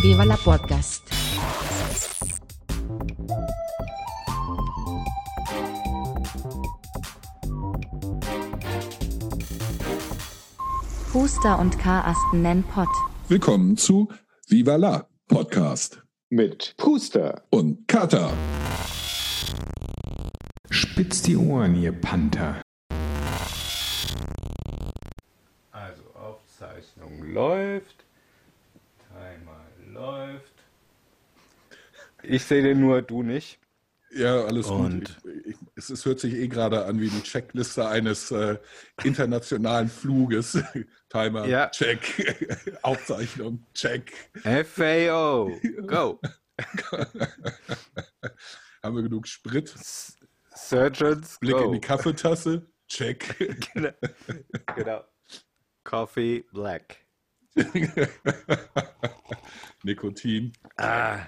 Viva la Podcast. Puster und Karasten nennen Pott. Willkommen zu Viva la Podcast. Mit Puster Und Kater. Spitzt die Ohren, ihr Panther. Also Aufzeichnung läuft, Timer läuft. Ich sehe den nur, du nicht. Ja, alles Und gut. Es hört sich gerade an wie die Checkliste eines internationalen Fluges. Timer, Ja. check. Aufzeichnung, check. FAO, go. Haben wir genug Sprit? Surgeons, Blick go. in die Kaffeetasse, check. Genau. Coffee black. Nikotin. Ah,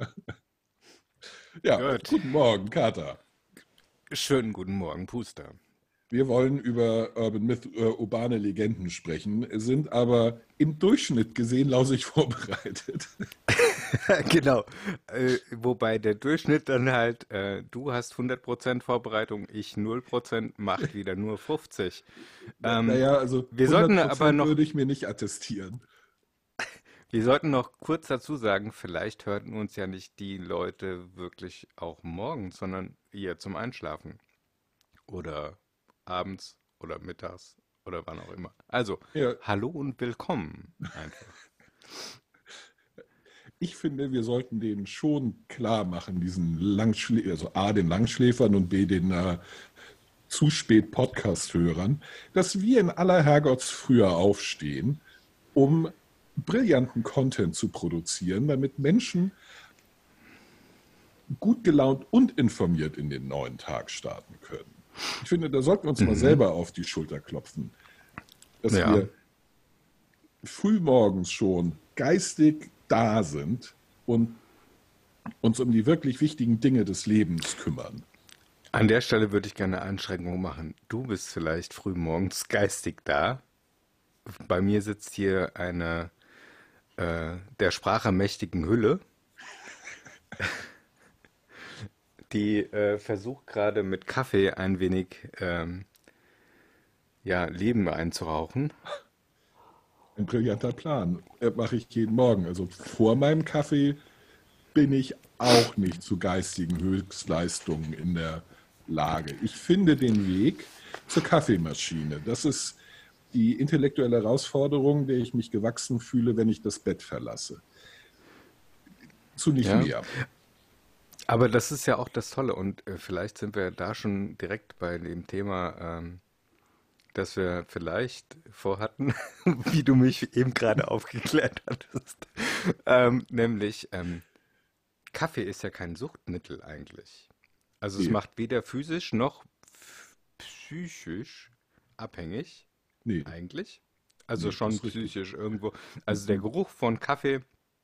Ja, Gut. guten Morgen, Kater. schönen guten Morgen, Puster. Wir wollen über Urban Myth, urbane Legenden sprechen, sind aber im Durchschnitt gesehen lausig vorbereitet. Genau. Wobei der Durchschnitt dann halt, du hast 100% Vorbereitung, ich 0%, macht wieder nur 50. Naja, also wir sollten 100% aber noch- würde ich mir nicht attestieren. Wir sollten noch kurz dazu sagen, vielleicht hörten uns ja nicht die Leute wirklich auch morgens, sondern eher zum Einschlafen. Oder abends oder mittags oder wann auch immer. Also, Ja. hallo und willkommen einfach. Ich finde, wir sollten denen schon klar machen, diesen also A, den Langschläfern und B, den zu spät Podcast-Hörern, dass wir in aller Herrgottsfrühe aufstehen, um brillanten Content zu produzieren, damit Menschen gut gelaunt und informiert in den neuen Tag starten können. Ich finde, da sollten wir uns mal selber auf die Schulter klopfen, dass Ja. wir frühmorgens schon geistig da sind und uns um die wirklich wichtigen Dinge des Lebens kümmern. An der Stelle würde ich gerne eine Einschränkung machen. Du bist vielleicht früh morgens geistig da. Bei mir sitzt hier eine der sprachermächtigen Hülle, die versucht gerade mit Kaffee ein wenig Leben einzurauchen. Ein brillanter Plan. Mache ich jeden Morgen. Also vor meinem Kaffee bin ich auch nicht zu geistigen Höchstleistungen in der Lage. Ich finde den Weg zur Kaffeemaschine. Das ist die intellektuelle Herausforderung, der ich mich gewachsen fühle, wenn ich das Bett verlasse. Zu nicht Ja. mehr. Aber das ist ja auch das Tolle und vielleicht sind wir da schon direkt bei dem Thema, das wir vielleicht vorhatten, wie du mich eben gerade aufgeklärt hattest. Nämlich, Kaffee ist ja kein Suchtmittel eigentlich. Also es Nee. macht weder physisch noch psychisch abhängig Nee. eigentlich. Also Nee, schon das ist richtig. psychisch irgendwo. Also der Geruch von Kaffee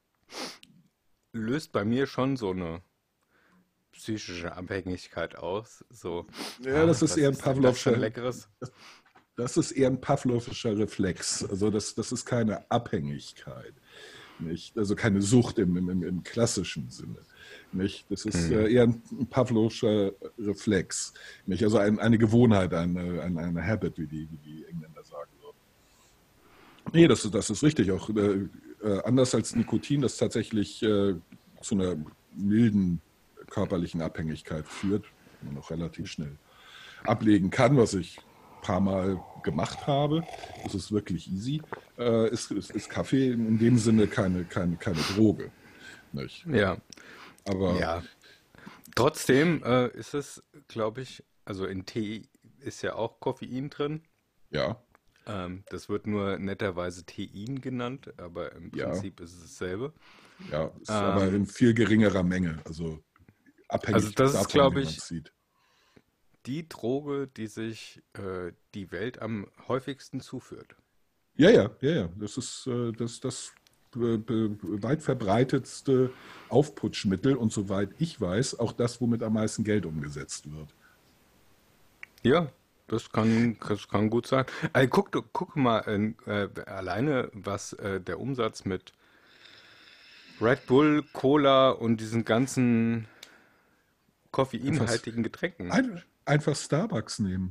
löst bei mir schon so eine psychische Abhängigkeit aus. So, Ja, das ist was eher ein ist denn das für ein Pavlovscher, Leckeres? das ist eher ein Pavlovischer Reflex. Also das ist keine Abhängigkeit. Nicht? Also keine Sucht im klassischen Sinne. Nicht? Das ist eher ein Pavlovischer Reflex. Nicht? Also eine Gewohnheit, eine Habit, wie die Engländer sagen würden. Nee, das ist richtig. Auch anders als Nikotin, das tatsächlich zu einer milden körperlichen Abhängigkeit führt, die man noch relativ schnell ablegen kann, was ich ein paar Mal gemacht habe. Das ist wirklich easy. Ist Kaffee in dem Sinne keine Droge. Nicht? Ja, Aber ja. Trotzdem ist es, glaube ich, also in Tee ist ja auch Koffein drin. ja, Das wird nur netterweise Tein genannt, aber im Ja. Prinzip ist es dasselbe. ist aber in viel geringerer Menge. Also abhängig Also das ist, davon, glaub wie man ich, es sieht. Die Droge, die sich die Welt am häufigsten zuführt. Ja. Das ist das weit verbreitetste Aufputschmittel und soweit ich weiß, auch das, womit am meisten Geld umgesetzt wird. Ja, das kann gut sein. Guck mal, alleine was der Umsatz mit Red Bull, Cola und diesen ganzen Einfach, koffeinhaltigen Getränken. einfach Starbucks nehmen.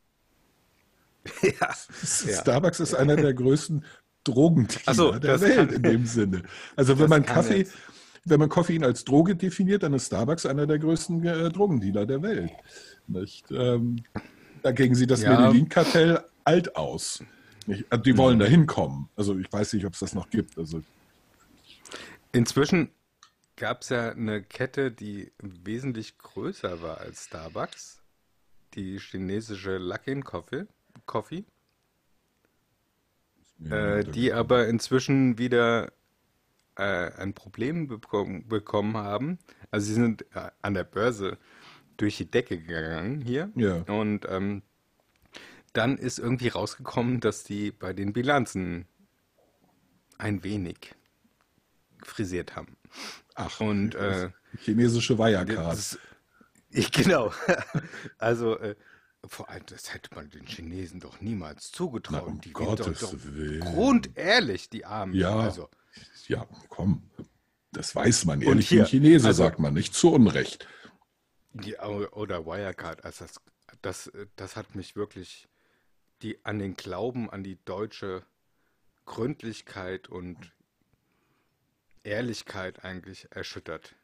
Ja, ja. Starbucks ist einer der größten Achso, Drogendealer der Welt in dem Sinne. Also wenn das man kam jetzt. wenn man Koffein als Droge definiert, dann ist Starbucks einer der größten Drogendealer der Welt. Nicht? Dagegen sieht das Ja, Medellin-Kartell alt aus. Nicht? Also die wollen da hinkommen. Also ich weiß nicht, ob es das noch gibt. Also inzwischen gab es ja eine Kette, die wesentlich größer war als Starbucks. Die chinesische Luckin Coffee, ist mir nie die untergekommen. aber inzwischen wieder ein Problem bekommen haben. Also sie sind an der Börse durch die Decke gegangen hier. Ja, Und dann ist irgendwie rausgekommen, dass die bei den Bilanzen ein wenig frisiert haben. ach, Und das chinesische Wirecard. das, genau. Also vor allem, das hätte man den Chinesen doch niemals Na, zugetraut. um Die sind Gottes doch Willen. grundehrlich, die Armen. Ja, Also, ja, komm. Das weiß man. und Ehrlich wie ein hier, Chinese, also, sagt man, nicht zu Unrecht. oder Wirecard, also das hat mich wirklich an den Glauben an die deutsche Gründlichkeit und Ehrlichkeit eigentlich erschüttert.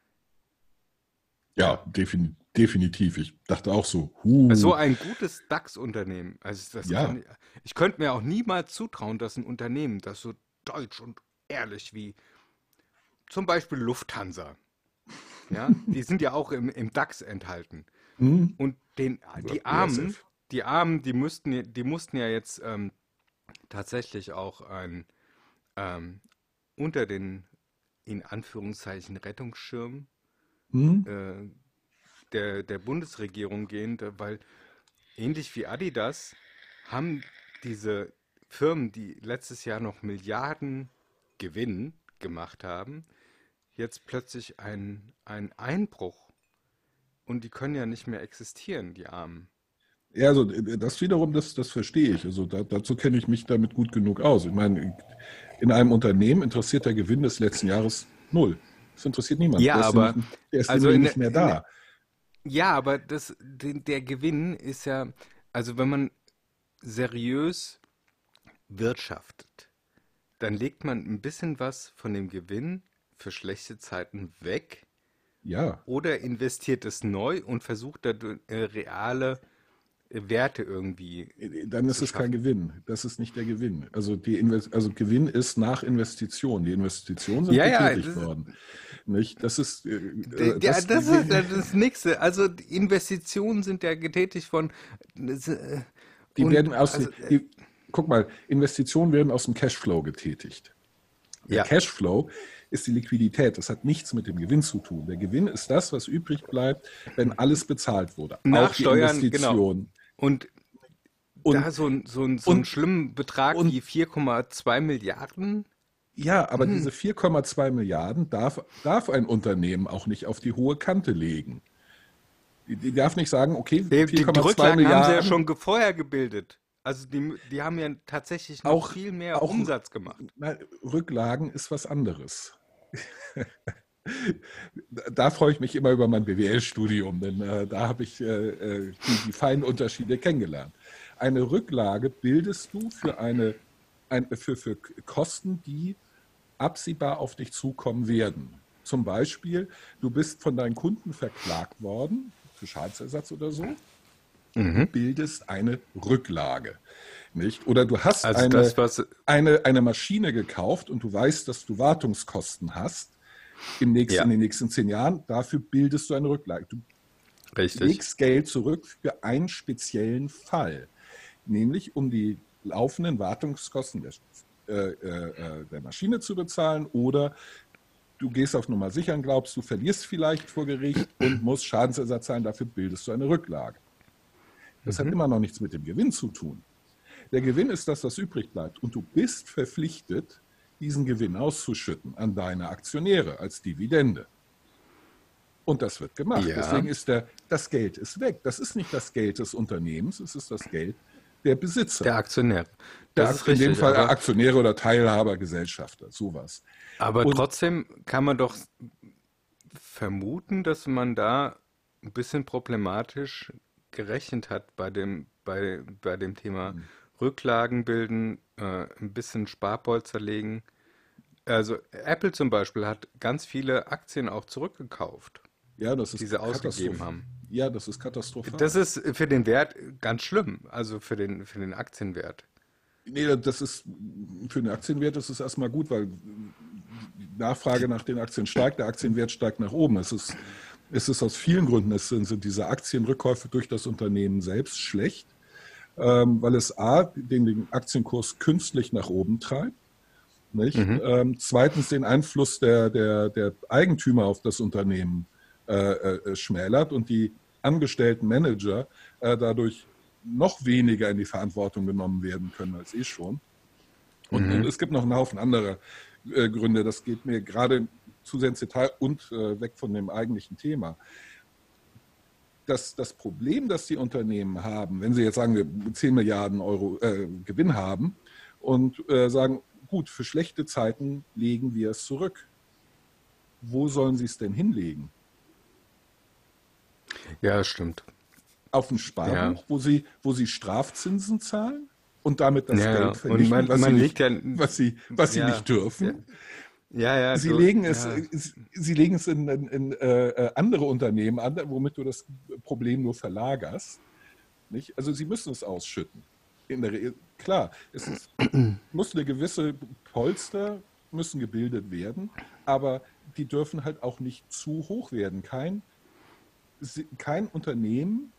Ja, definitiv. Ich dachte auch so, So ein gutes DAX-Unternehmen, also ja, ich könnte mir auch niemals zutrauen, dass ein Unternehmen, das so deutsch und ehrlich wie zum Beispiel Lufthansa, ja, die sind ja auch im DAX enthalten. hm, Und die Armen, BASF. die mussten ja jetzt tatsächlich auch ähm, unter den, in Anführungszeichen, Rettungsschirm Hm? äh, der Bundesregierung gehen, weil ähnlich wie Adidas haben diese Firmen, die letztes Jahr noch Milliarden Gewinn gemacht haben, jetzt plötzlich einen Einbruch und die können ja nicht mehr existieren, die Armen. Ja, also das wiederum, das verstehe ich. Also dazu kenne ich mich damit gut genug aus. Ich meine, in einem Unternehmen interessiert der Gewinn des letzten Jahres null. Das interessiert niemand. Ja, aber Der ist also nämlich nicht mehr da. ja, aber der Gewinn ist ja, also wenn man seriös wirtschaftet, dann legt man ein bisschen was von dem Gewinn für schlechte Zeiten weg Ja, oder investiert es neu und versucht dadurch reale Werte irgendwie dann ist zu es kein schaffen. Gewinn. Das ist nicht der Gewinn. Also also Gewinn ist nach Investition. Die Investitionen sind Ja, ja, getätigt worden. Nicht? Das ist ja, das ist ja das Nächste. Also die Investitionen sind ja getätigt die und werden also guck mal, Investitionen werden aus dem Cashflow getätigt. Der ja, Cashflow ist die Liquidität. Das hat nichts mit dem Gewinn zu tun. Der Gewinn ist das, was übrig bleibt, wenn alles bezahlt wurde. nach Auch die Steuern, genau. Investitionen. Und Und, da so einen und, schlimmen Betrag und wie 4,2 Milliarden? ja, aber diese 4,2 Milliarden darf ein Unternehmen auch nicht auf die hohe Kante legen. Die darf nicht sagen, okay, Die 4,2 Rücklagen haben sie ja Milliarden, schon vorher gebildet. Also die haben ja tatsächlich noch auch, viel mehr auch Umsatz gemacht. Rücklagen ist was anderes. Da freue ich mich immer über mein BWL-Studium, denn da habe ich die feinen Unterschiede kennengelernt. Eine Rücklage bildest du für Kosten, die absehbar auf dich zukommen werden. Zum Beispiel, du bist von deinen Kunden verklagt worden, für Schadensersatz oder so, du bildest eine Rücklage. Nicht? Oder du hast Also das, was eine Maschine gekauft und du weißt, dass du Wartungskosten hast in ja, den nächsten 10 Jahren, dafür bildest du eine Rücklage. Du richtig. legst Geld zurück für einen speziellen Fall, nämlich um die laufenden Wartungskosten der Maschine zu bezahlen, oder du gehst auf Nummer sicher und glaubst, du verlierst vielleicht vor Gericht und musst Schadensersatz zahlen, dafür bildest du eine Rücklage. Das hat immer noch nichts mit dem Gewinn zu tun. Der Gewinn ist das, was übrig bleibt, und du bist verpflichtet, diesen Gewinn auszuschütten an deine Aktionäre als Dividende. Und das wird gemacht. Ja, Deswegen ist das Geld ist weg. Das ist nicht das Geld des Unternehmens, es ist das Geld der Besitzer. Der Aktionär. Das ist In dem richtig. Fall Aktionäre oder Teilhaber, Gesellschafter, sowas. Aber Und trotzdem kann man doch vermuten, dass man da ein bisschen problematisch gerechnet hat bei dem Thema Rücklagen bilden, ein bisschen Sparpolster legen. Also Apple zum Beispiel hat ganz viele Aktien auch zurückgekauft, ja, das die ist sie ausgegeben haben. Ja, das ist katastrophal. Das ist für den Wert ganz schlimm, also für den Aktienwert. Nee, das ist für den Aktienwert ist es erstmal gut, weil die Nachfrage nach den Aktien steigt, der Aktienwert steigt nach oben. Es ist aus vielen Gründen, sind diese Aktienrückkäufe durch das Unternehmen selbst schlecht, weil es A, den Aktienkurs künstlich nach oben treibt, nicht? Zweitens den Einfluss der Eigentümer auf das Unternehmen schmälert und die angestellten Manager dadurch noch weniger in die Verantwortung genommen werden können als eh schon. Und es gibt noch einen Haufen anderer Gründe. Das geht mir gerade zu sehr ins Detail und weg von dem eigentlichen Thema. Das Problem, das die Unternehmen haben, wenn sie jetzt sagen, wir 10 Milliarden Euro Gewinn haben und sagen, gut, für schlechte Zeiten legen wir es zurück. Wo sollen sie es denn hinlegen? Ja, stimmt. Auf ein Sparbuch, Ja. wo sie Strafzinsen zahlen und damit das Ja, ja. Geld Und vernichten, was sie man nicht, legt ja, was sie ja, nicht dürfen. ja, Sie du, legen ja, es in andere Unternehmen an, womit du das Problem nur verlagerst. Nicht? Also sie müssen es ausschütten. Klar, muss eine gewisse Polster müssen gebildet werden, aber die dürfen halt auch nicht zu hoch werden. Kein Unternehmen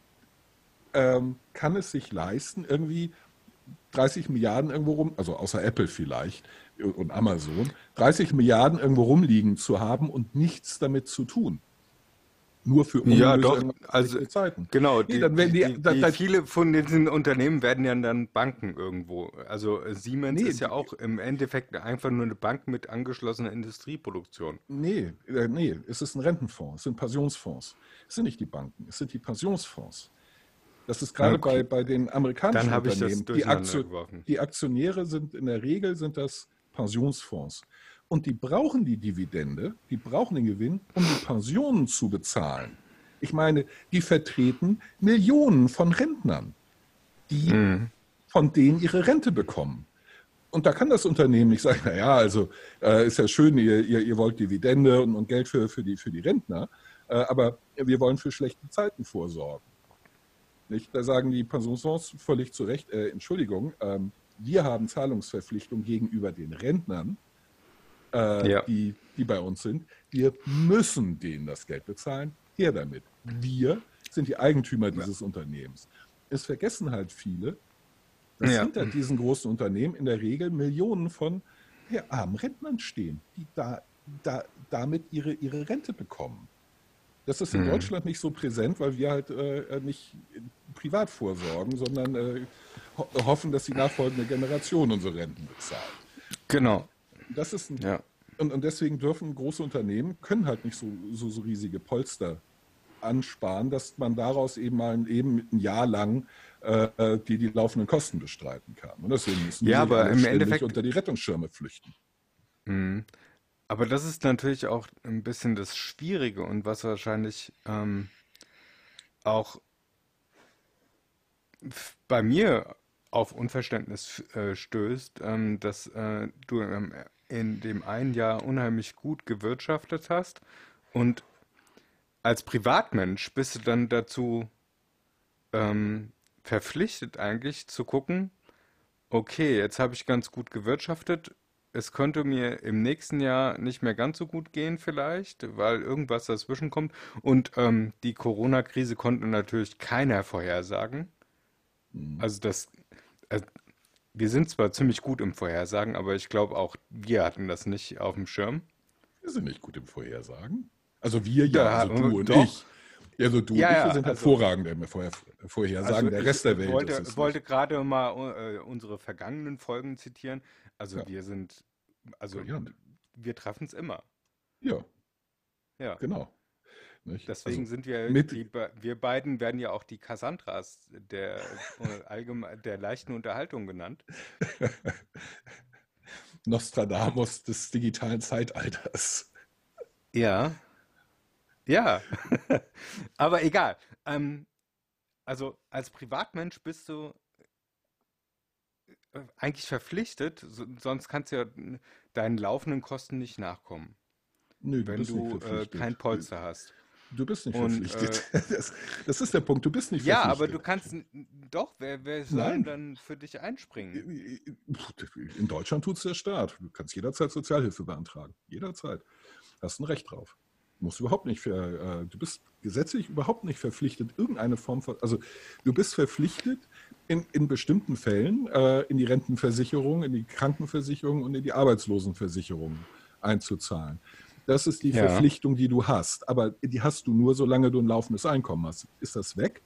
kann es sich leisten, irgendwie 30 Milliarden irgendwo rum, also außer Apple vielleicht und Amazon, 30 Milliarden irgendwo rumliegen zu haben und nichts damit zu tun. Nur für ja, ungelöste doch, irgendwelche also schlechte Zeiten. genau, Nee, dann werden viele von diesen Unternehmen werden ja dann Banken irgendwo. Also Siemens nee, ist ja auch im Endeffekt einfach nur eine Bank mit angeschlossener Industrieproduktion. nee, es ist ein Rentenfonds, es sind Pensionsfonds. Es sind nicht die Banken, es sind die Pensionsfonds. Das ist gerade Okay, bei den amerikanischen dann habe ich das Unternehmen. durcheinander geworfen. Die Aktionäre in der Regel sind das Pensionsfonds. Und die brauchen die Dividende, die brauchen den Gewinn, um die Pensionen zu bezahlen. Ich meine, die vertreten Millionen von Rentnern, die von denen ihre Rente bekommen. Und da kann das Unternehmen nicht sagen, naja, also ist ja schön, ihr wollt Dividende und Geld für die Rentner, aber wir wollen für schlechte Zeiten vorsorgen. Nicht? Da sagen die Pensionsfonds völlig zu Recht, Entschuldigung, wir haben Zahlungsverpflichtungen gegenüber den Rentnern, Ja, die bei uns sind. Wir müssen denen das Geld bezahlen. Her damit. Wir sind die Eigentümer dieses Unternehmens. Es vergessen halt viele, dass ja, hinter diesen großen Unternehmen in der Regel Millionen von armen Rentnern stehen, die damit ihre Rente bekommen. Das ist in Deutschland nicht so präsent, weil wir halt nicht privat vorsorgen, sondern hoffen, dass die nachfolgende Generation unsere Renten bezahlt. genau. Das ist Ja. und deswegen dürfen große Unternehmen, können halt nicht so riesige Polster ansparen, dass man daraus eben ein Jahr lang die laufenden Kosten bestreiten kann. Und deswegen müssen die Ja, sich aber alle im ständig Endeffekt, unter die Rettungsschirme flüchten. aber das ist natürlich auch ein bisschen das Schwierige und was wahrscheinlich auch bei mir auf Unverständnis stößt, dass du in dem einen Jahr unheimlich gut gewirtschaftet hast und als Privatmensch bist du dann dazu verpflichtet eigentlich zu gucken, okay, jetzt habe ich ganz gut gewirtschaftet. Es könnte mir im nächsten Jahr nicht mehr ganz so gut gehen vielleicht, weil irgendwas dazwischen kommt. Und die Corona-Krise konnte natürlich keiner vorhersagen. Also äh, wir sind zwar ziemlich gut im Vorhersagen, aber ich glaube auch wir hatten das nicht auf dem Schirm. Wir sind nicht gut im Vorhersagen. Also wir ja, Ja, also du und doch. ich. Ja, also du und Ja, ich, wir ja, sind also, hervorragend im also Vorhersagen. Der ich Rest der Welt ist es wollte nicht. gerade mal unsere vergangenen Folgen zitieren. Also Ja, also brillant. wir treffen es immer. Ja, Ja. genau. Nicht? Deswegen Also sind wir, mit wir beiden werden ja auch die Cassandras der leichten Unterhaltung genannt. Nostradamus des digitalen Zeitalters. Ja, ja, aber egal. Also als Privatmensch bist du eigentlich verpflichtet, sonst kannst du ja deinen laufenden Kosten nicht nachkommen, Nö, du wenn bist nicht du verpflichtet. kein Polster hast. Du bist nicht Und verpflichtet. Das ist der Punkt, du bist nicht ja, aber du verpflichtet. kannst doch, wer soll denn Nein, dann für dich einspringen? in Deutschland tut es der Staat. Du kannst jederzeit Sozialhilfe beantragen. Jederzeit. Hast ein Recht drauf. Du musst überhaupt nicht, du bist gesetzlich überhaupt nicht verpflichtet, irgendeine Form von, also du bist verpflichtet, in bestimmten Fällen in die Rentenversicherung, in die Krankenversicherung und in die Arbeitslosenversicherung einzuzahlen. Das ist die Ja, Verpflichtung, die du hast. Aber die hast du nur, solange du ein laufendes Einkommen hast. Ist das weg?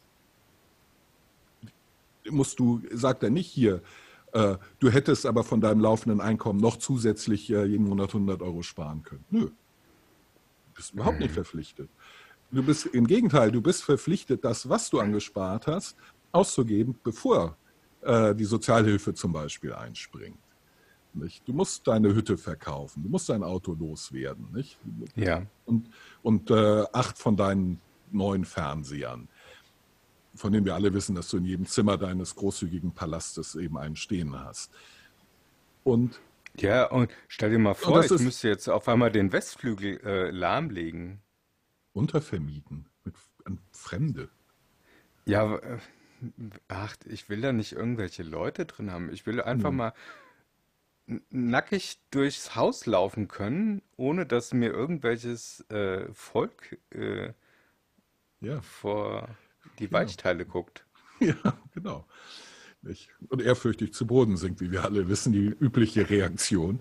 Sagt er nicht hier, du hättest aber von deinem laufenden Einkommen noch zusätzlich jeden Monat 100 Euro sparen können. Nö, du bist überhaupt nicht verpflichtet. Du bist im Gegenteil, du bist verpflichtet, das, was du angespart hast, auszugeben, bevor die Sozialhilfe zum Beispiel einspringt. Nicht? Du musst deine Hütte verkaufen, du musst dein Auto loswerden. Nicht? ja. Und 8 von deinen 9 Fernsehern, von denen wir alle wissen, dass du in jedem Zimmer deines großzügigen Palastes eben einen stehen hast. Und, Ja, und stell dir mal und vor, das ich ist müsste jetzt auf einmal den Westflügel lahmlegen. untervermieten an Fremde. Ja, ach, ich will da nicht irgendwelche Leute drin haben. Ich will einfach Nö. mal nackig durchs Haus laufen können, ohne dass mir irgendwelches Volk Ja, vor die genau. Weichteile guckt. Ja, genau. Nicht? Und ehrfürchtig zu Boden sinkt, wie wir alle wissen, die übliche Reaktion.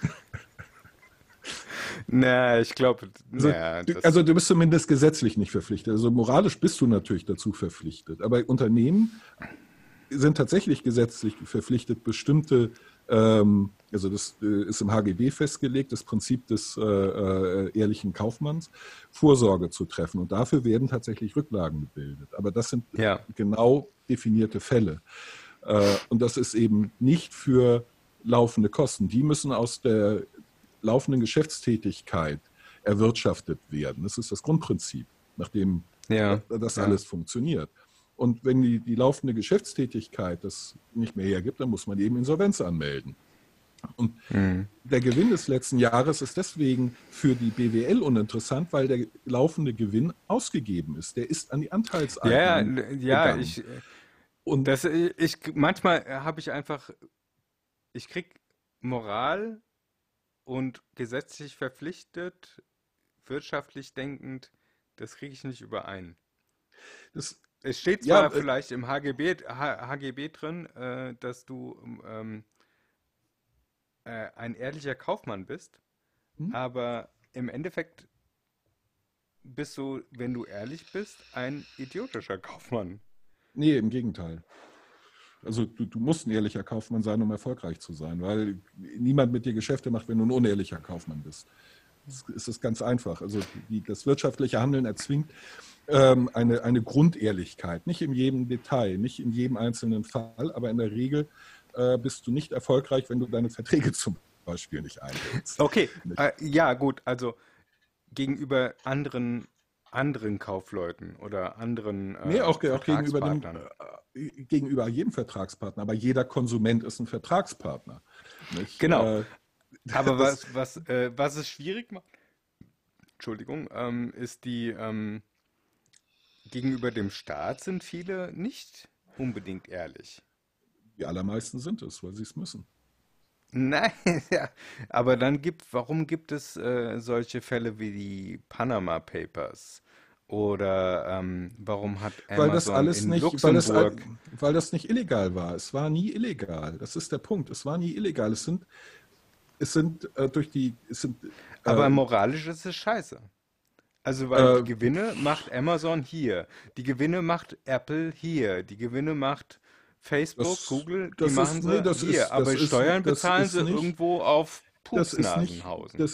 Na, ich glaube, Also naja, also das. du bist zumindest gesetzlich nicht verpflichtet. Also moralisch bist du natürlich dazu verpflichtet. Aber Unternehmen sind tatsächlich gesetzlich verpflichtet, bestimmte, also das ist im HGB festgelegt, das Prinzip des ehrlichen Kaufmanns, Vorsorge zu treffen. Und dafür werden tatsächlich Rücklagen gebildet. Aber das sind Ja, genau definierte Fälle. Und das ist eben nicht für laufende Kosten. Die müssen aus der laufenden Geschäftstätigkeit erwirtschaftet werden. Das ist das Grundprinzip, nach dem ja, das ja. alles funktioniert. Und wenn die laufende Geschäftstätigkeit das nicht mehr hergibt, dann muss man eben Insolvenz anmelden. Und Hm. der Gewinn des letzten Jahres ist deswegen für die BWL uninteressant, weil der laufende Gewinn ausgegeben ist. Der ist an die Ja, Anteilseigner ja, gegangen. Und manchmal habe ich einfach, ich krieg Moral und gesetzlich verpflichtet, wirtschaftlich denkend, das kriege ich nicht überein. das, Es steht ja, zwar vielleicht im HGB drin, dass du ein ehrlicher Kaufmann bist, hm? aber im Endeffekt bist du, wenn du ehrlich bist, ein idiotischer Kaufmann. Nee, im Gegenteil. Also du musst ein ehrlicher Kaufmann sein, um erfolgreich zu sein, weil niemand mit dir Geschäfte macht, wenn du ein unehrlicher Kaufmann bist. Es ist ganz einfach. Also das wirtschaftliche Handeln erzwingt eine Grundehrlichkeit. Nicht in jedem Detail, nicht in jedem einzelnen Fall, aber in der Regel bist du nicht erfolgreich, wenn du deine Verträge zum Beispiel nicht einhältst. Okay, Nicht? ja gut, also gegenüber anderen Kaufleuten oder anderen Nee, auch Vertragspartnern. gegenüber jedem Vertragspartner. Aber jeder Konsument ist ein Vertragspartner. Nicht? Genau. Aber Das, was es schwierig macht, Entschuldigung, ist gegenüber dem Staat sind viele nicht unbedingt ehrlich. die allermeisten sind es, weil sie es müssen. Nein, ja, aber warum gibt es solche Fälle wie die Panama Papers? Oder warum hat Weil das Amazon alles in nicht, Luxemburg. weil das nicht illegal war. Es war nie illegal. Das ist der Punkt. Es war nie illegal. Es sind Aber äh, moralisch ist es scheiße. Also, weil die äh, Gewinne macht Amazon hier, die Gewinne macht Apple hier, die Gewinne macht Facebook, das, Google, die das machen ist, nee, sie hier. Aber Steuern das bezahlen ist sie nicht, irgendwo auf Das ist nicht, Pupsnasenhausen.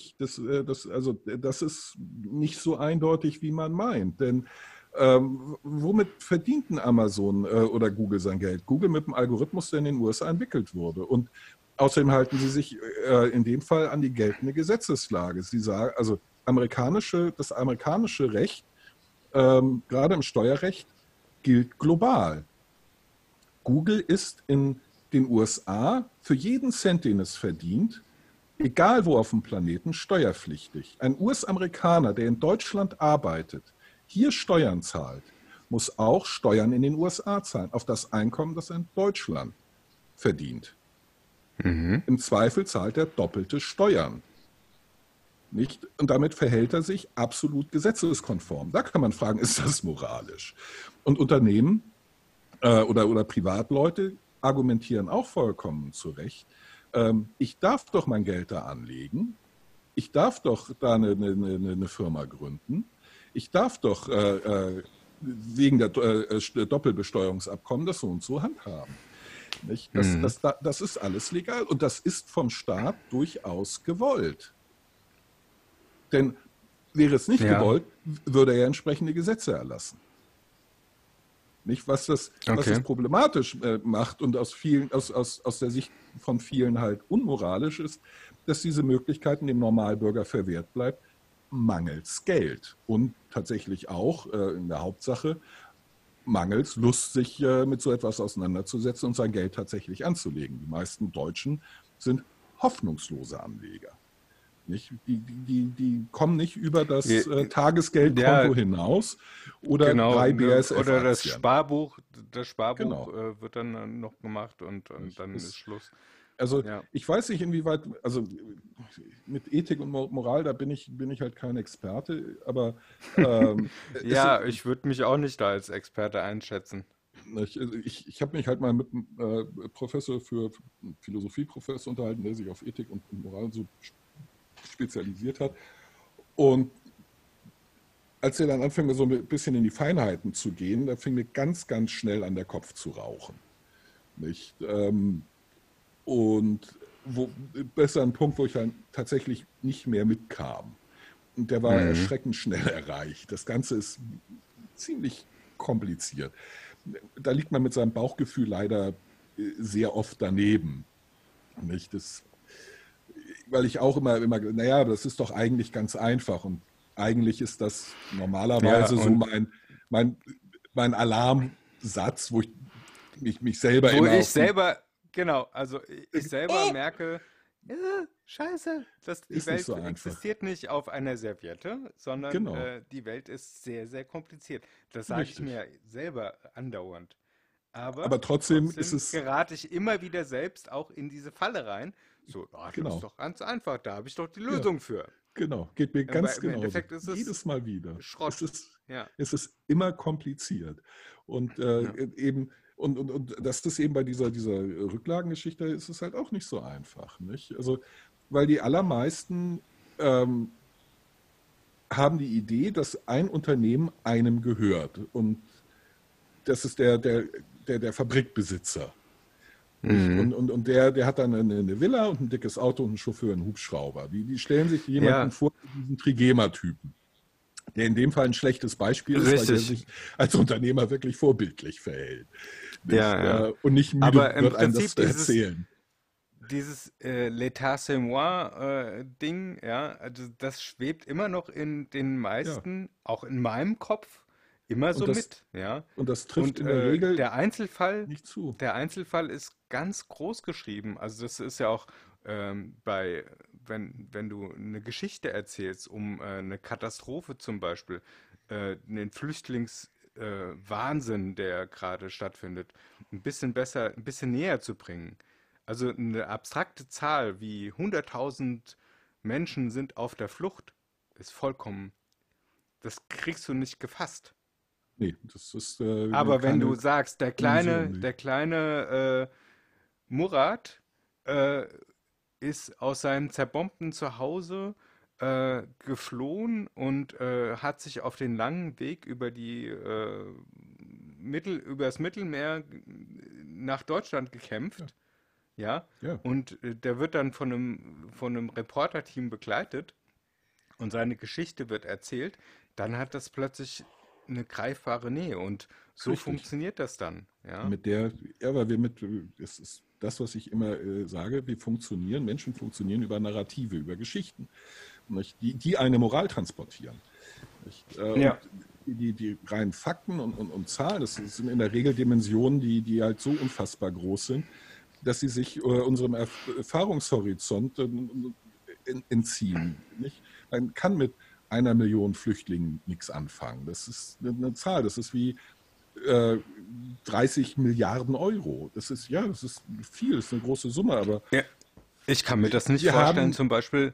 das ist nicht so eindeutig, wie man meint. Denn womit verdient ein Amazon oder Google sein Geld? Google mit dem Algorithmus, der in den USA entwickelt wurde. Und außerdem halten sie sich in dem Fall an die geltende Gesetzeslage. Sie sagen, also das amerikanische Recht, gerade im Steuerrecht, gilt global. Google ist in den USA für jeden Cent, den es verdient, egal wo auf dem Planeten, steuerpflichtig. Ein US-Amerikaner, der in Deutschland arbeitet, hier Steuern zahlt, muss auch Steuern in den USA zahlen, auf das Einkommen, das er in Deutschland verdient. Im Zweifel zahlt er doppelte Steuern. Nicht? Und damit verhält er sich absolut gesetzeskonform. Da kann man fragen, ist das moralisch? Und Unternehmen oder Privatleute argumentieren auch vollkommen zu Recht, ich darf doch mein Geld da anlegen, ich darf doch da eine Firma gründen, ich darf doch wegen der Doppelbesteuerungsabkommen das so und so handhaben. Nicht? Das ist alles legal und das ist vom Staat durchaus gewollt. Denn wäre es nicht gewollt, würde er ja entsprechende Gesetze erlassen. Nicht, was das problematisch macht und aus der Sicht von vielen halt unmoralisch ist, dass diese Möglichkeit dem Normalbürger verwehrt bleibt, mangels Geld und tatsächlich auch in der Hauptsache mangels Lust, sich mit so etwas auseinanderzusetzen und sein Geld tatsächlich anzulegen. Die meisten Deutschen sind hoffnungslose Anleger. Nicht? Die kommen nicht über das Tagesgeldkonto hinaus oder genau, 3 BASF-Aktien. Oder das Sparbuch Genau. wird dann noch gemacht und dann ist Schluss. Also ich weiß nicht, inwieweit, also mit Ethik und Moral, da bin ich halt kein Experte, aber ich würde mich auch nicht da als Experte einschätzen. ich habe mich halt mal mit einem Professor für Philosophie-Professor unterhalten, der sich auf Ethik und Moral so spezialisiert hat. Und als er dann anfing, so ein bisschen in die Feinheiten zu gehen, da fing mir ganz, ganz schnell an, der Kopf zu rauchen. Nicht? Und besser ein Punkt, wo ich dann tatsächlich nicht mehr mitkam. Und der war erschreckend schnell erreicht. Das Ganze ist ziemlich kompliziert. Da liegt man mit seinem Bauchgefühl leider sehr oft daneben. Nicht? Weil ich auch immer, naja, das ist doch eigentlich ganz einfach. Und eigentlich ist das normalerweise so mein Alarmsatz, wo ich mich selber Wo immer ich selber, genau, also ich selber merke, scheiße, die Ist nicht Welt so einfach. existiert nicht auf einer Serviette, sondern Genau. Die Welt ist sehr, sehr kompliziert. Das sage ich Richtig. mir selber andauernd. Aber trotzdem ist es- gerate ich immer wieder selbst auch in diese Falle rein. So, das Genau. ist doch ganz einfach, da habe ich doch die Lösung für. Genau, geht mir ganz Im genau. Endeffekt ist es Jedes Mal wieder. Schrott. Ja. Es ist immer kompliziert. Und eben, und das ist eben bei dieser Rücklagengeschichte, ist es halt auch nicht so einfach. Nicht? Also, weil die allermeisten haben die Idee, dass ein Unternehmen einem gehört. Und das ist der Fabrikbesitzer. Und der hat dann eine Villa und ein dickes Auto und einen Chauffeur, einen Hubschrauber. Die stellen sich jemanden vor, diesen Trigema-Typen, der in dem Fall ein schlechtes Beispiel ist, weil der Richtig. sich als Unternehmer wirklich vorbildlich verhält. Ja. Und nicht müde Aber im wird, einem das Prinzip zu erzählen. Dieses L'état c'est moi Ding, ja, also das schwebt immer noch in den meisten, auch in meinem Kopf, immer so mit, ja. Und das trifft Und in der Regel der Einzelfall, nicht zu. der Einzelfall ist ganz groß geschrieben. Also das ist ja auch wenn du eine Geschichte erzählst, um eine Katastrophe zum Beispiel, einen Flüchtlingswahnsinn, der gerade stattfindet, ein bisschen besser, ein bisschen näher zu bringen. Also eine abstrakte Zahl wie 100.000 Menschen sind auf der Flucht, ist vollkommen, das kriegst du nicht gefasst. Nee, das ist Aber wenn du keine sagst, Illusion, nee. der kleine Murat ist aus seinem zerbombten Zuhause geflohen und hat sich auf den langen Weg über über das Mittelmeer nach Deutschland gekämpft. ja, Ja. und der wird dann von einem Reporterteam begleitet und seine Geschichte wird erzählt, dann hat das plötzlich eine greifbare Nähe und so Richtig. funktioniert das dann, ja. Weil das ist das, was ich immer sage, Menschen funktionieren über Narrative, über Geschichten, nicht? Die eine Moral transportieren. Nicht? Und Ja. die reinen Fakten und Zahlen, das sind in der Regel Dimensionen, die halt so unfassbar groß sind, dass sie sich unserem Erfahrungshorizont entziehen. Nicht? Man kann mit 1 Million Flüchtlingen nichts anfangen. Das ist eine Zahl, das ist wie 30 Milliarden Euro. Das ist viel, das ist eine große Summe, aber Ja. Ich kann mir das nicht wir vorstellen, haben, zum Beispiel,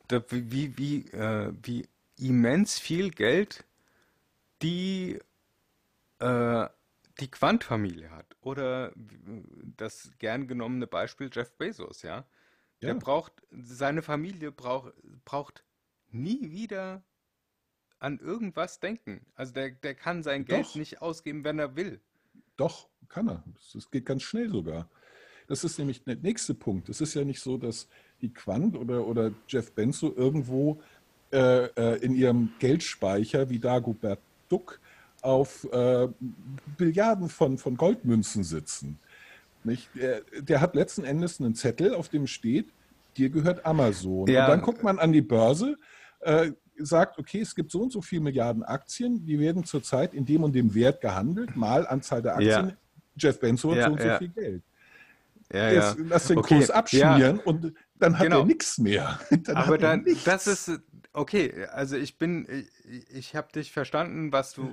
wie immens viel Geld die, äh, die Quandt-Familie hat. Oder das gern genommene Beispiel Jeff Bezos, ja. ja, Seine Familie braucht nie wieder an irgendwas denken. Also der kann sein Geld doch, nicht ausgeben, wenn er will. doch, kann er. Das geht ganz schnell sogar. Das ist nämlich der nächste Punkt. Es ist ja nicht so, dass die Quandt oder Jeff Bezos irgendwo in ihrem Geldspeicher wie Dagobert Duck auf Billiarden von Goldmünzen sitzen. Nicht? Der hat letzten Endes einen Zettel, auf dem steht, dir gehört Amazon. Und dann Ja, guckt man an die Börse, sagt, okay, es gibt so und so viele Milliarden Aktien, die werden zurzeit in dem und dem Wert gehandelt, mal Anzahl der ja, Aktien. Jeff Bezos hat so ja, und so ja, viel Geld. ja, Jetzt ja. lass den Okay, Kurs ja, abschmieren und dann hat er genau. nichts mehr. Dann Aber hat er dann, das nichts. ist, okay, also ich habe dich verstanden,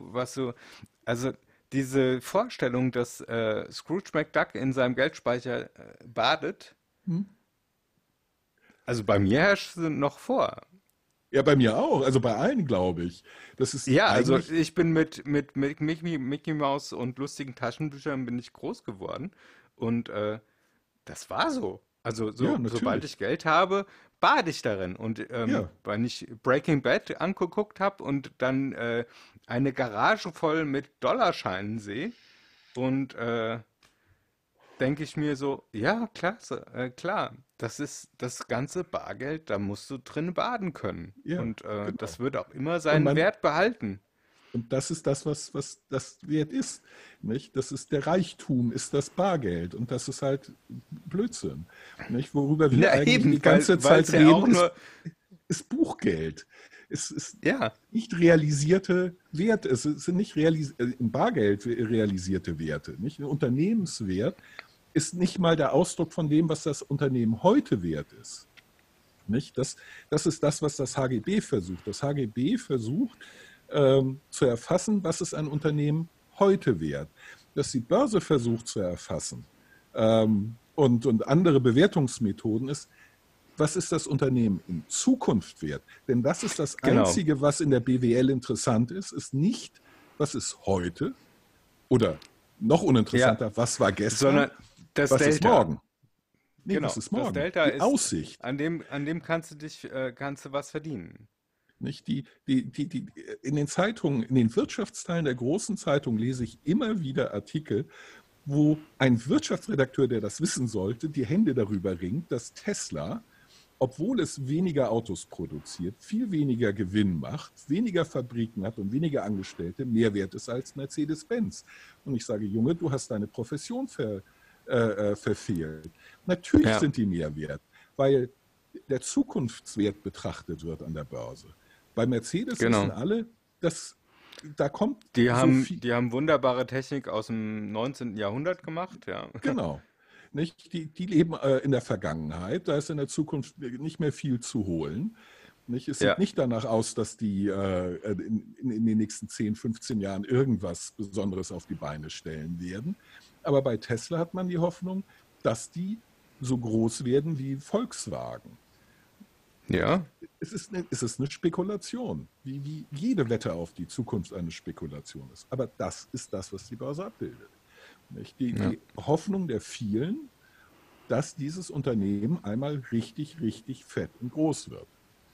also diese Vorstellung, dass Scrooge McDuck in seinem Geldspeicher badet, Hm? also bei mir herrscht sie noch vor. Ja, bei mir auch. Also bei allen, glaube ich. Das ist Ja, also eigentlich, ich bin mit Mickey Mouse und lustigen Taschenbüchern bin ich groß geworden und das war so. Also ja, sobald natürlich. ich Geld habe, bade ich darin. Und Ja, wenn ich Breaking Bad angeguckt habe und dann eine Garage voll mit Dollarscheinen sehe und denke ich mir so, ja, klasse, klar, das ist das ganze Bargeld, da musst du drin baden können. ja, Und das genau. wird auch immer Und seinen man, Wert behalten. und das ist das, was das Wert ist. Nicht? Das ist der Reichtum, ist das Bargeld. Und das ist halt Blödsinn. Nicht? Worüber wir Ja, eigentlich eben, die ganze weil Zeit es ja auch reden, nur, ist Buchgeld. Es ist ja, nicht realisierte Werte. Es sind nicht in Bargeld realisierte Werte. Nicht? Ein Unternehmenswert ist nicht mal der Ausdruck von dem, was das Unternehmen heute wert ist. Nicht? Das ist das, was das HGB versucht. Das HGB versucht zu erfassen, was ist ein Unternehmen heute wert. Dass die Börse versucht zu erfassen und andere Bewertungsmethoden ist, was ist das Unternehmen in Zukunft wert? Denn das ist das genau. Einzige, was in der BWL interessant ist nicht, was ist heute oder noch Ja, uninteressanter, was war gestern, sondern das was ist Delta. morgen? Nee, was Genau, ist das morgen? Delta Die ist, Aussicht. an dem kannst du was verdienen. Nicht? In den Zeitungen, in den Wirtschaftsteilen der großen Zeitungen lese ich immer wieder Artikel, wo ein Wirtschaftsredakteur, der das wissen sollte, die Hände darüber ringt, dass Tesla, obwohl es weniger Autos produziert, viel weniger Gewinn macht, weniger Fabriken hat und weniger Angestellte, mehr wert ist als Mercedes-Benz. Und ich sage, Junge, du hast deine Profession verfehlt. Natürlich Ja, sind die mehr wert, weil der Zukunftswert betrachtet wird an der Börse. Bei Mercedes wissen genau. alle, dass da kommt so viel, Die haben wunderbare Technik aus dem 19. Jahrhundert gemacht, ja. genau. Nicht? Die leben in der Vergangenheit, da ist in der Zukunft nicht mehr viel zu holen. Nicht? Es sieht Ja, nicht danach aus, dass die in den nächsten 10, 15 Jahren irgendwas Besonderes auf die Beine stellen werden. Aber bei Tesla hat man die Hoffnung, dass die so groß werden wie Volkswagen. Nicht? ja, Es ist eine Spekulation, wie jede Wette auf die Zukunft eine Spekulation ist. Aber das ist das, was die Börse abbildet. Nicht? ja. Die Hoffnung der vielen, dass dieses Unternehmen einmal richtig, richtig fett und groß wird.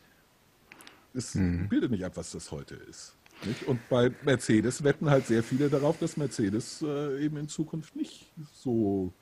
Es Hm. bildet nicht ab, was das heute ist. Nicht? Und bei Mercedes wetten halt sehr viele darauf, dass Mercedes eben in Zukunft nicht so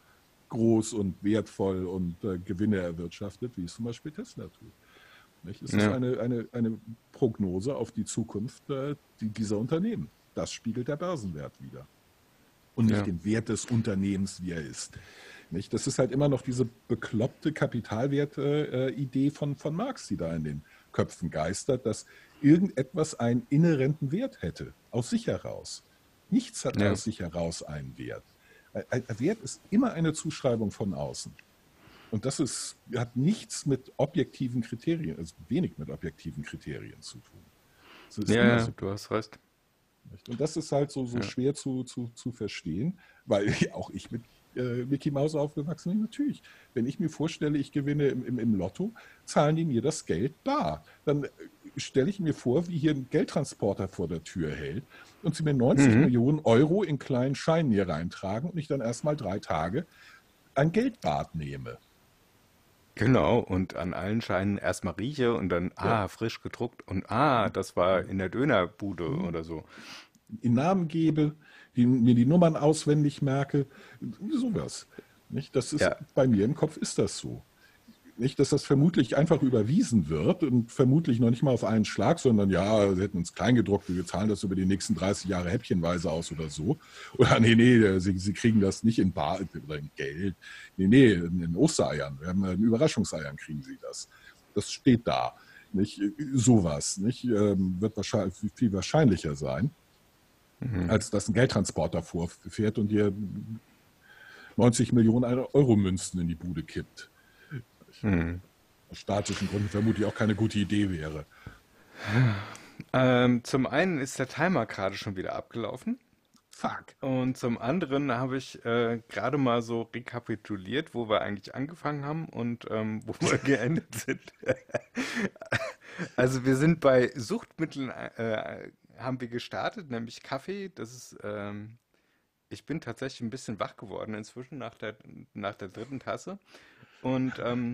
groß und wertvoll und Gewinne erwirtschaftet, wie es zum Beispiel Tesla tut. Nicht? Es ist eine Prognose auf die Zukunft dieser Unternehmen. Das spiegelt der Börsenwert wider. Und nicht den Wert des Unternehmens, wie er ist. Nicht? Das ist halt immer noch diese bekloppte Kapitalwert-Idee von Marx, die da in den Köpfen geistert, dass irgendetwas einen inhärenten Wert hätte, aus sich heraus. Nichts hat aus sich heraus einen Wert. Ein Wert ist immer eine Zuschreibung von außen. Und das hat nichts mit objektiven Kriterien, also wenig mit objektiven Kriterien zu tun. So, du hast recht. Und das ist halt so schwer zu verstehen, weil auch ich mit Mickey Mouse aufgewachsen bin. Natürlich, wenn ich mir vorstelle, ich gewinne im Lotto, zahlen die mir das Geld bar. Dann stelle ich mir vor, wie hier ein Geldtransporter vor der Tür hält und sie mir 90 Millionen Euro in kleinen Scheinen hier reintragen und ich dann erstmal 3 Tage ein Geldbad nehme. Genau, und an allen Scheinen erstmal rieche und dann, frisch gedruckt und das war in der Dönerbude oder so. In Namen gebe, mir die Nummern auswendig merke, sowas. Nicht? Das ist, bei mir im Kopf ist das so. Nicht, dass das vermutlich einfach überwiesen wird und vermutlich noch nicht mal auf einen Schlag, sondern sie hätten uns kleingedruckt, wir zahlen das über die nächsten 30 Jahre häppchenweise aus oder so. Oder nee, Sie kriegen das nicht in Bar oder in Geld. Nee, in Ostereiern. Wir haben in Überraschungseiern kriegen Sie das. Das steht da. Nicht? Sowas. Nicht? Wird wahrscheinlich viel wahrscheinlicher sein, als dass ein Geldtransporter vorfährt und dir 90 Millionen Euro Münzen in die Bude kippt. Aus statischen Gründen vermutlich auch keine gute Idee wäre. Zum einen ist der Timer gerade schon wieder abgelaufen. Fuck. Und zum anderen habe ich gerade mal so rekapituliert, wo wir eigentlich angefangen haben und wo wir geendet sind. Also wir sind bei Suchtmitteln, haben wir gestartet, nämlich Kaffee. Das ist, ich bin tatsächlich ein bisschen wach geworden inzwischen nach der 3. Tasse. Und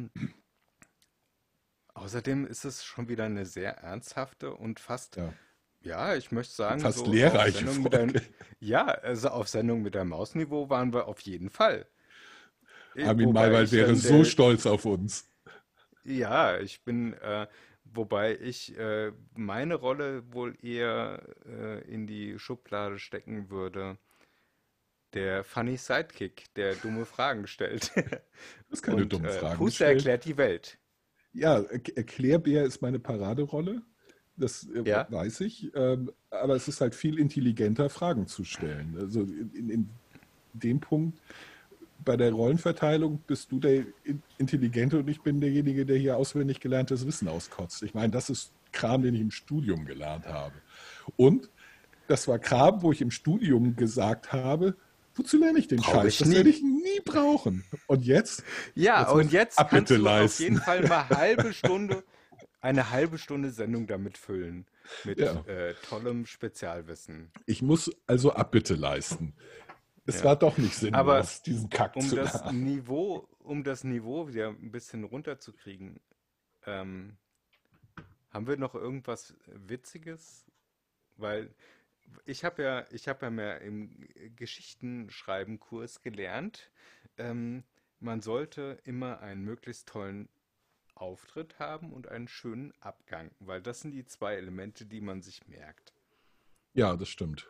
außerdem ist es schon wieder eine sehr ernsthafte und fast, ich möchte sagen, fast so lehrreiche Folge. Also auf Sendung mit der Mausniveau waren wir auf jeden Fall. Armin Maywald wäre so stolz auf uns. Ja, ich bin, wobei ich meine Rolle wohl eher in die Schublade stecken würde. Der funny Sidekick, der dumme Fragen stellt. Das ist keine dumme Frage. Puster erklärt die Welt. Ja, Erklärbär ist meine Paraderolle. Das weiß ich. Aber es ist halt viel intelligenter, Fragen zu stellen. Also in dem Punkt, bei der Rollenverteilung bist du der Intelligente und ich bin derjenige, der hier auswendig gelerntes Wissen auskotzt. Ich meine, das ist Kram, den ich im Studium gelernt habe. Und das war Kram, wo ich im Studium gesagt habe, wozu lerne ich den Scheiß? Das werde ich nie brauchen. Und jetzt? Ja, und jetzt kannst du auf jeden Fall mal eine halbe Stunde Sendung damit füllen. Mit tollem Spezialwissen. Ich muss also Abbitte leisten. Es war doch nicht sinnlos, diesen Kack zu lernen. Um das Niveau wieder ein bisschen runterzukriegen, haben wir noch irgendwas Witziges? Weil ich habe ja mehr im Geschichtenschreiben-Kurs gelernt, man sollte immer einen möglichst tollen Auftritt haben und einen schönen Abgang, weil das sind die 2 Elemente, die man sich merkt. Ja, das stimmt.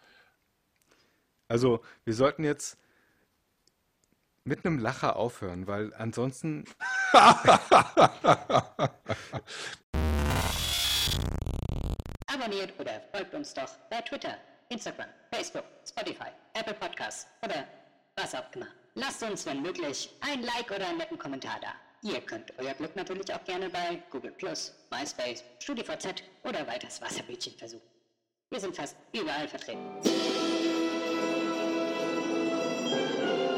Also wir sollten jetzt mit einem Lacher aufhören, weil ansonsten... Abonniert oder folgt uns doch bei Twitter, Instagram, Facebook, Spotify, Apple Podcasts oder was auch immer. Lasst uns, wenn möglich, ein Like oder einen netten Kommentar da. Ihr könnt euer Glück natürlich auch gerne bei Google+, MySpace, StudiVZ oder weiters Wasserbildchen versuchen. Wir sind fast überall vertreten.